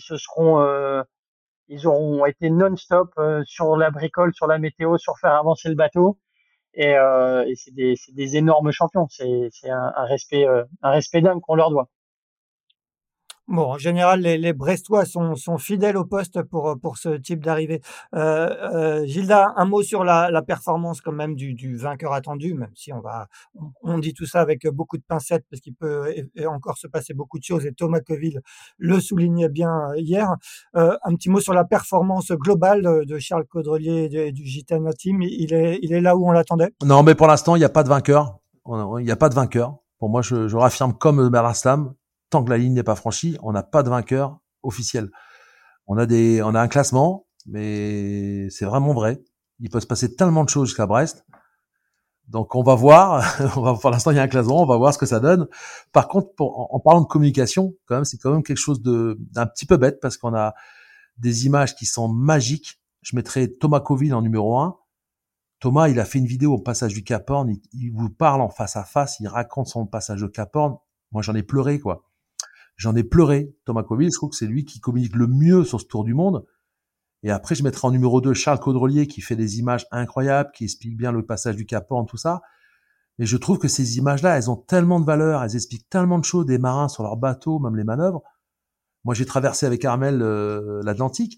ils auront été non-stop sur la bricole, sur la météo, sur faire avancer le bateau, et c'est des énormes champions. C'est un respect dingue qu'on leur doit. Bon, en général, les Brestois sont fidèles au poste pour ce type d'arrivée. Gilda, un mot sur la performance quand même du vainqueur attendu, même si on dit tout ça avec beaucoup de pincettes parce qu'il peut encore se passer beaucoup de choses et Thomas Coville le soulignait bien hier. Un petit mot sur la performance globale de Charles Caudrelier et du Gitana Team. Il est là où on l'attendait? Non, mais pour l'instant, il n'y a pas de vainqueur. Il n'y a pas de vainqueur. Pour moi, je raffirme comme Merlastam, tant que la ligne n'est pas franchie, on n'a pas de vainqueur officiel. On a un classement, mais c'est vraiment vrai. Il peut se passer tellement de choses jusqu'à Brest. Donc on va voir. Pour l'instant, il y a un classement. On va voir ce que ça donne. Par contre, en parlant de communication, quand même, c'est quand même quelque chose d'un petit peu bête parce qu'on a des images qui sont magiques. Je mettrai Thomas Coville en numéro 1. Thomas, il a fait une vidéo au passage du Cap Horn. Il vous parle en face à face. Il raconte son passage au Cap Horn. Moi, j'en ai pleuré, quoi. J'en ai pleuré. Thomas Coville, je trouve que c'est lui qui communique le mieux sur ce tour du monde. Et après, je mettrai en numéro 2 Charles Caudrelier qui fait des images incroyables, qui explique bien le passage du Cap Horn, tout ça. Mais je trouve que ces images-là, elles ont tellement de valeur, elles expliquent tellement de choses des marins sur leur bateau, même les manœuvres. Moi, j'ai traversé avec Armel l'Atlantique.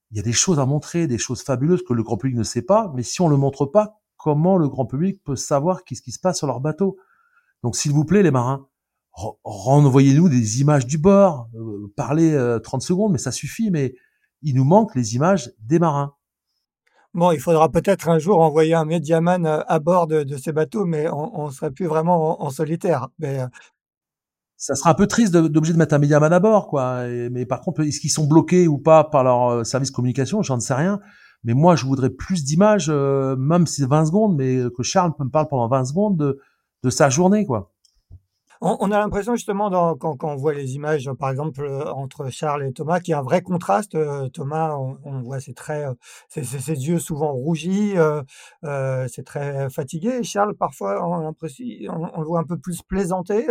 il y a des choses à montrer, des choses fabuleuses que le grand public ne sait pas. Mais si on le montre pas, comment le grand public peut savoir qu'est-ce qui se passe sur leur bateau? Donc, s'il vous plaît, les marins, renvoyez-nous des images du bord, parlez 30 secondes, mais ça suffit. Mais il nous manque les images des marins. Bon, il faudra peut-être un jour envoyer un médiaman à bord de ces bateaux, mais on serait plus vraiment en solitaire. Mais Ça sera un peu triste d'obligé de mettre un médiaman à bord, quoi. Mais par contre, est-ce qu'ils sont bloqués ou pas par leur service de communication? J'en sais rien. Mais moi, je voudrais plus d'images, même si c'est 20 secondes, mais que Charles me parle pendant 20 secondes de sa journée, quoi. on a l'impression justement quand on voit les images, par exemple, entre Charles et Thomas, qu'il y a un vrai contraste. Thomas, on voit ses traits, ses yeux souvent rougis, c'est très fatigué. Et Charles, parfois, on a l'impression, on le voit un peu plus plaisanter.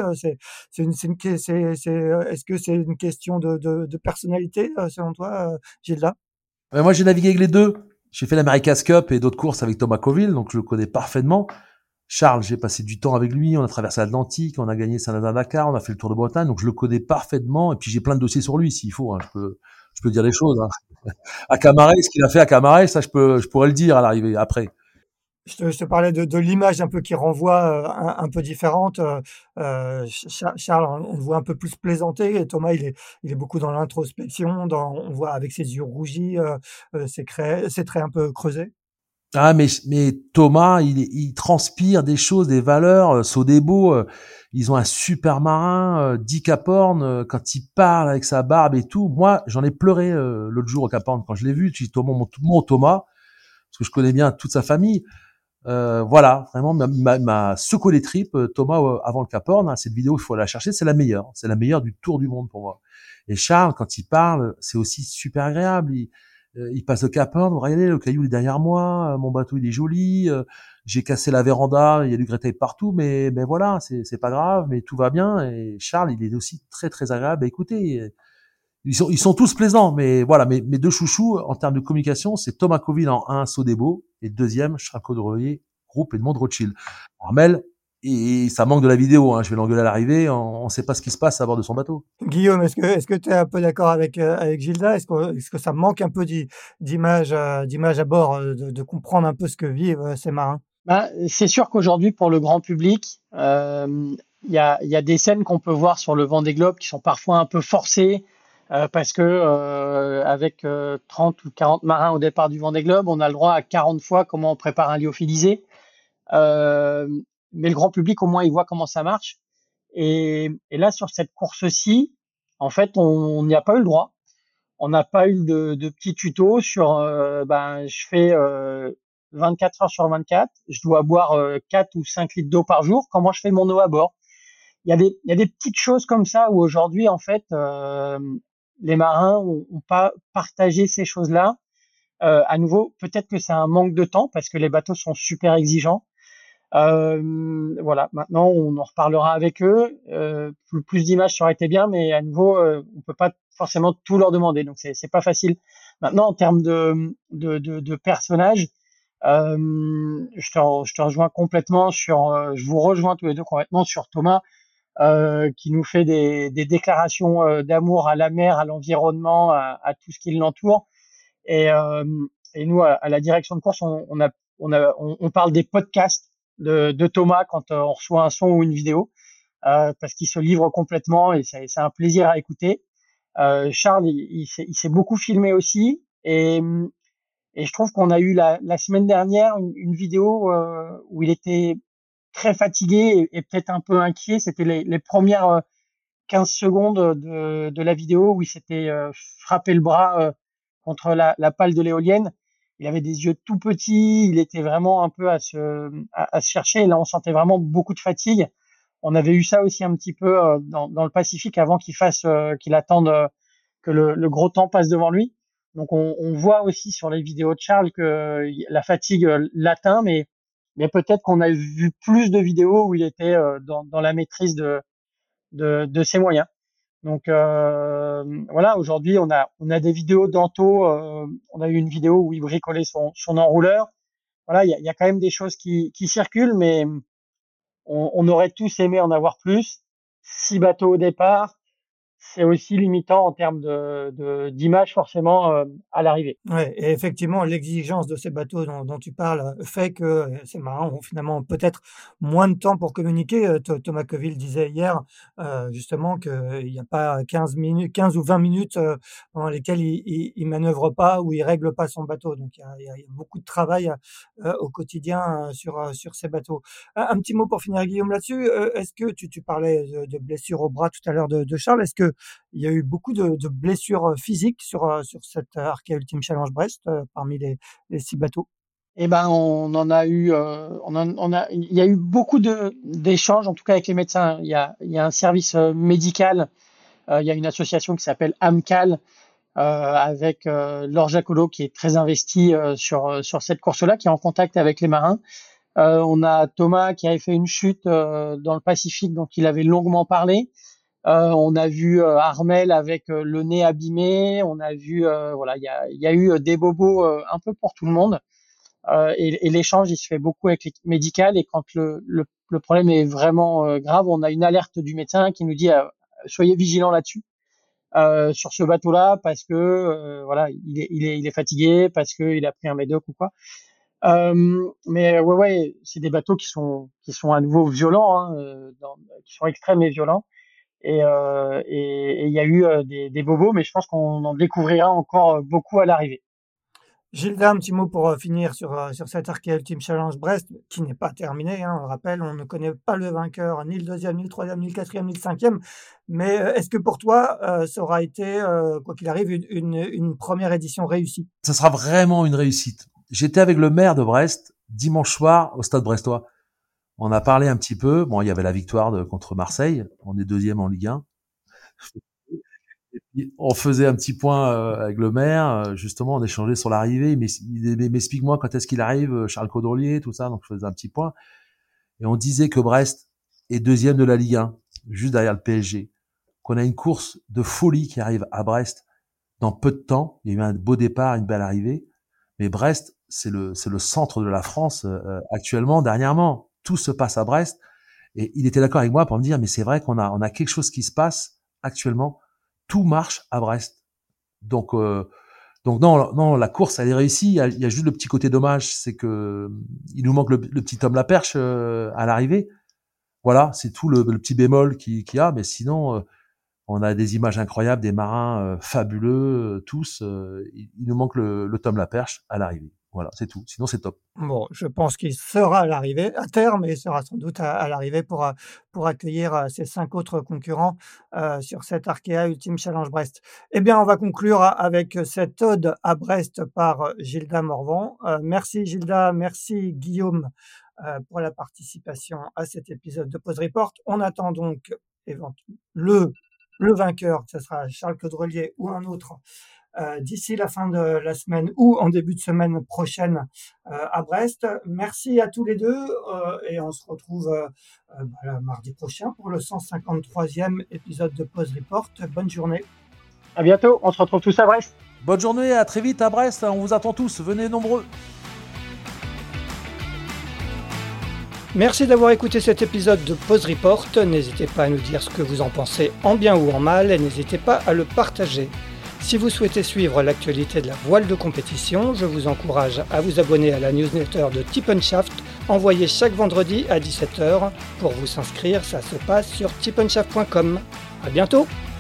Est-ce que c'est une question de personnalité, selon toi, Gilda? Moi, j'ai navigué avec les deux. J'ai fait l'America's Cup et d'autres courses avec Thomas Coville, donc je le connais parfaitement. Charles, j'ai passé du temps avec lui, on a traversé l'Atlantique, on a gagné Saint-Nazaire-Dakar, on a fait le Tour de Bretagne, donc je le connais parfaitement. Et puis j'ai plein de dossiers sur lui s'il faut. Hein. Je peux dire des choses. Hein. À Camaret, ce qu'il a fait à Camaret, ça je pourrais le dire à l'arrivée après. Je te parlais de l'image un peu qui renvoie, un peu différente. Charles, on le voit un peu plus plaisanter, et Thomas, il est beaucoup dans l'introspection, on voit avec ses yeux rougis, ses traits un peu creusés. Ah, mais Thomas, il transpire des choses, des valeurs. Sodebo, ils ont un super marin, Dick Cap Horn, quand il parle avec sa barbe et tout. Moi, j'en ai pleuré l'autre jour au Cap Horn quand je l'ai vu. Tu dis Thomas, mon Thomas, parce que je connais bien toute sa famille. Voilà, vraiment, m'a secoué les tripes. Thomas, avant le Cap Horn, hein, cette vidéo, il faut la chercher. C'est la meilleure. C'est la meilleure du tour du monde pour moi. Et Charles, quand il parle, c'est aussi super agréable. Il passe le Cap Horn, regardez, le caillou il est derrière moi, mon bateau il est joli, j'ai cassé la véranda, il y a du grès tape partout, mais voilà, c'est pas grave, mais tout va bien. Et Charles, il est aussi très très agréable à écouter. Ils sont tous plaisants, mais voilà, mes deux chouchous en termes de communication, c'est Thomas Coville en 1, Sodebo, et deuxième, Charles Caudrelier, groupe Edmond Rothschild. Armel, et ça manque de la vidéo, hein, je vais l'engueuler à l'arrivée, on sait pas ce qui se passe à bord de son bateau. Guillaume, est-ce que tu es un peu d'accord avec Gilda? Est-ce que ça manque un peu d'images, à bord, de comprendre un peu ce que vivent, ces marins? Bah, c'est sûr qu'aujourd'hui, pour le grand public, il y a des scènes qu'on peut voir sur le Vendée Globe qui sont parfois un peu forcées, parce que avec 30 ou 40 marins au départ du Vendée Globe, on a le droit à 40 fois comment on prépare un lyophilisé. Euh, mais le grand public, au moins, il voit comment ça marche. Et là, sur cette course-ci, en fait, on n'y a pas eu le droit. On n'a pas eu de petits tutos sur, je fais 24 heures sur 24, je dois boire 4 ou 5 litres d'eau par jour. Comment je fais mon eau à bord? Il y a des petites choses comme ça où aujourd'hui, en fait, les marins ont pas partagé ces choses-là. À nouveau, peut-être que c'est un manque de temps parce que les bateaux sont super exigeants. Voilà, maintenant on en reparlera avec eux. Plus d'images ça aurait été bien, mais à nouveau on peut pas forcément tout leur demander, donc c'est pas facile. Maintenant en termes de personnages, je te rejoins complètement sur, je vous rejoins tous les deux complètement sur Thomas, qui nous fait des déclarations d'amour à la mer, à l'environnement, à tout ce qui l'entoure. Et, euh, et nous, à la direction de course, on parle des podcasts de Thomas quand on reçoit un son ou une vidéo, parce qu'il se livre complètement et c'est un plaisir à écouter. Charles, il s'est beaucoup filmé aussi, et je trouve qu'on a eu la semaine dernière une vidéo où il était très fatigué et peut-être un peu inquiet. C'était les premières 15 secondes de la vidéo où il s'était frappé le bras contre la pale de l'éolienne. Il avait des yeux tout petits, il était vraiment un peu à se chercher. Et là, on sentait vraiment beaucoup de fatigue. On avait eu ça aussi un petit peu dans le Pacifique avant qu'il attende que le gros temps passe devant lui. Donc, on voit aussi sur les vidéos de Charles que la fatigue l'atteint, mais peut-être qu'on a vu plus de vidéos où il était dans la maîtrise de ses moyens. Donc voilà, aujourd'hui on a des vidéos d'Anto, on a eu une vidéo où il bricolait son enrouleur. Voilà, il y a quand même des choses qui circulent, mais on aurait tous aimé en avoir plus. 6 bateaux au départ, c'est aussi limitant en termes d'image forcément à l'arrivée. Ouais, et effectivement, l'exigence de ces bateaux dont tu parles fait que ces marins ont finalement peut-être moins de temps pour communiquer. Thomas Coville disait hier, justement qu'il y a pas 15 ou 20 minutes, pendant lesquelles il manœuvre pas ou il règle pas son bateau. Donc il y a beaucoup de travail, au quotidien, sur ces bateaux. Un petit mot pour finir, Guillaume, là-dessus. Est-ce que tu parlais de blessures au bras tout à l'heure de Charles. Est-ce qu'il y a eu beaucoup de blessures physiques sur cette Arkea Ultime Challenge Brest, parmi les 6 bateaux? Eh ben, on en a eu, il y a eu beaucoup d'échanges, en tout cas avec les médecins. Il y a un service médical. Il y a une association qui s'appelle AMCAL, avec Laure Jacolo qui est très investi sur cette course-là, qui est en contact avec les marins. On a Thomas qui avait fait une chute dans le Pacifique, donc il avait longuement parlé. On a vu Armel avec le nez abîmé. On a vu, voilà, il y a eu des bobos un peu pour tout le monde. Et l'échange, il se fait beaucoup avec l'équipe médicale. Et quand le problème est vraiment grave, on a une alerte du médecin qui nous dit soyez vigilants là-dessus, sur ce bateau-là, parce que voilà, il est fatigué, parce que il a pris un médoc ou quoi. Mais ouais, c'est des bateaux qui sont à nouveau violents, hein, qui sont extrêmes et violents. Et il y a eu des bobos, mais je pense qu'on en découvrira encore beaucoup à l'arrivée. Gilda, un petit mot pour finir sur cette Arkea Ultime Challenge Brest, qui n'est pas terminée, hein, on le rappelle, on ne connaît pas le vainqueur, ni le deuxième, ni le troisième, ni le quatrième, ni le cinquième. Mais est-ce que pour toi, ça aura été, quoi qu'il arrive, une première édition réussie? Ça sera vraiment une réussite. J'étais avec le maire de Brest dimanche soir au Stade Brestois. On a parlé un petit peu. Bon, il y avait la victoire contre Marseille. On est deuxième en Ligue 1. Et puis, on faisait un petit point avec le maire. Justement, on échangeait sur l'arrivée. Mais explique-moi quand est-ce qu'il arrive, Charles Caudrelier, tout ça. Donc, je faisais un petit point. Et on disait que Brest est deuxième de la Ligue 1, juste derrière le PSG. Qu'on a une course de folie qui arrive à Brest dans peu de temps. Il y a eu un beau départ, une belle arrivée. Mais Brest, c'est le centre de la France actuellement, dernièrement. Tout se passe à Brest. Et il était d'accord avec moi pour me dire, mais c'est vrai qu'on a quelque chose qui se passe actuellement. Tout marche à Brest. Donc non, la course, elle est réussie. Il y a juste le petit côté dommage, c'est que il nous manque le petit Tom Laperche à l'arrivée. Voilà, c'est tout le petit bémol qu'il y a. Mais sinon, on a des images incroyables, des marins fabuleux, tous. Il nous manque le Tom Laperche à l'arrivée. Voilà, c'est tout. Sinon, c'est top. Bon, je pense qu'il sera à l'arrivée, à terme, et il sera sans doute à l'arrivée pour accueillir ces 5 autres concurrents sur cette Arkea Ultime Challenge Brest. Eh bien, on va conclure avec cette ode à Brest par Gilda Morvan. Merci Gilda, merci Guillaume pour la participation à cet épisode de Pause Report. On attend donc le vainqueur, que ce sera Charles Caudrelier ou un autre, d'ici la fin de la semaine ou en début de semaine prochaine à Brest. Merci à tous les deux et on se retrouve mardi prochain pour le 153e épisode de Pause Report. Bonne journée. À bientôt, on se retrouve tous à Brest. Bonne journée, à très vite à Brest, on vous attend tous, venez nombreux. Merci d'avoir écouté cet épisode de Pause Report. N'hésitez pas à nous dire ce que vous en pensez en bien ou en mal et n'hésitez pas à le partager. Si vous souhaitez suivre l'actualité de la voile de compétition, je vous encourage à vous abonner à la newsletter de Tip & Shaft, envoyée chaque vendredi à 17h. Pour vous inscrire, ça se passe sur tipandshaft.com. À bientôt!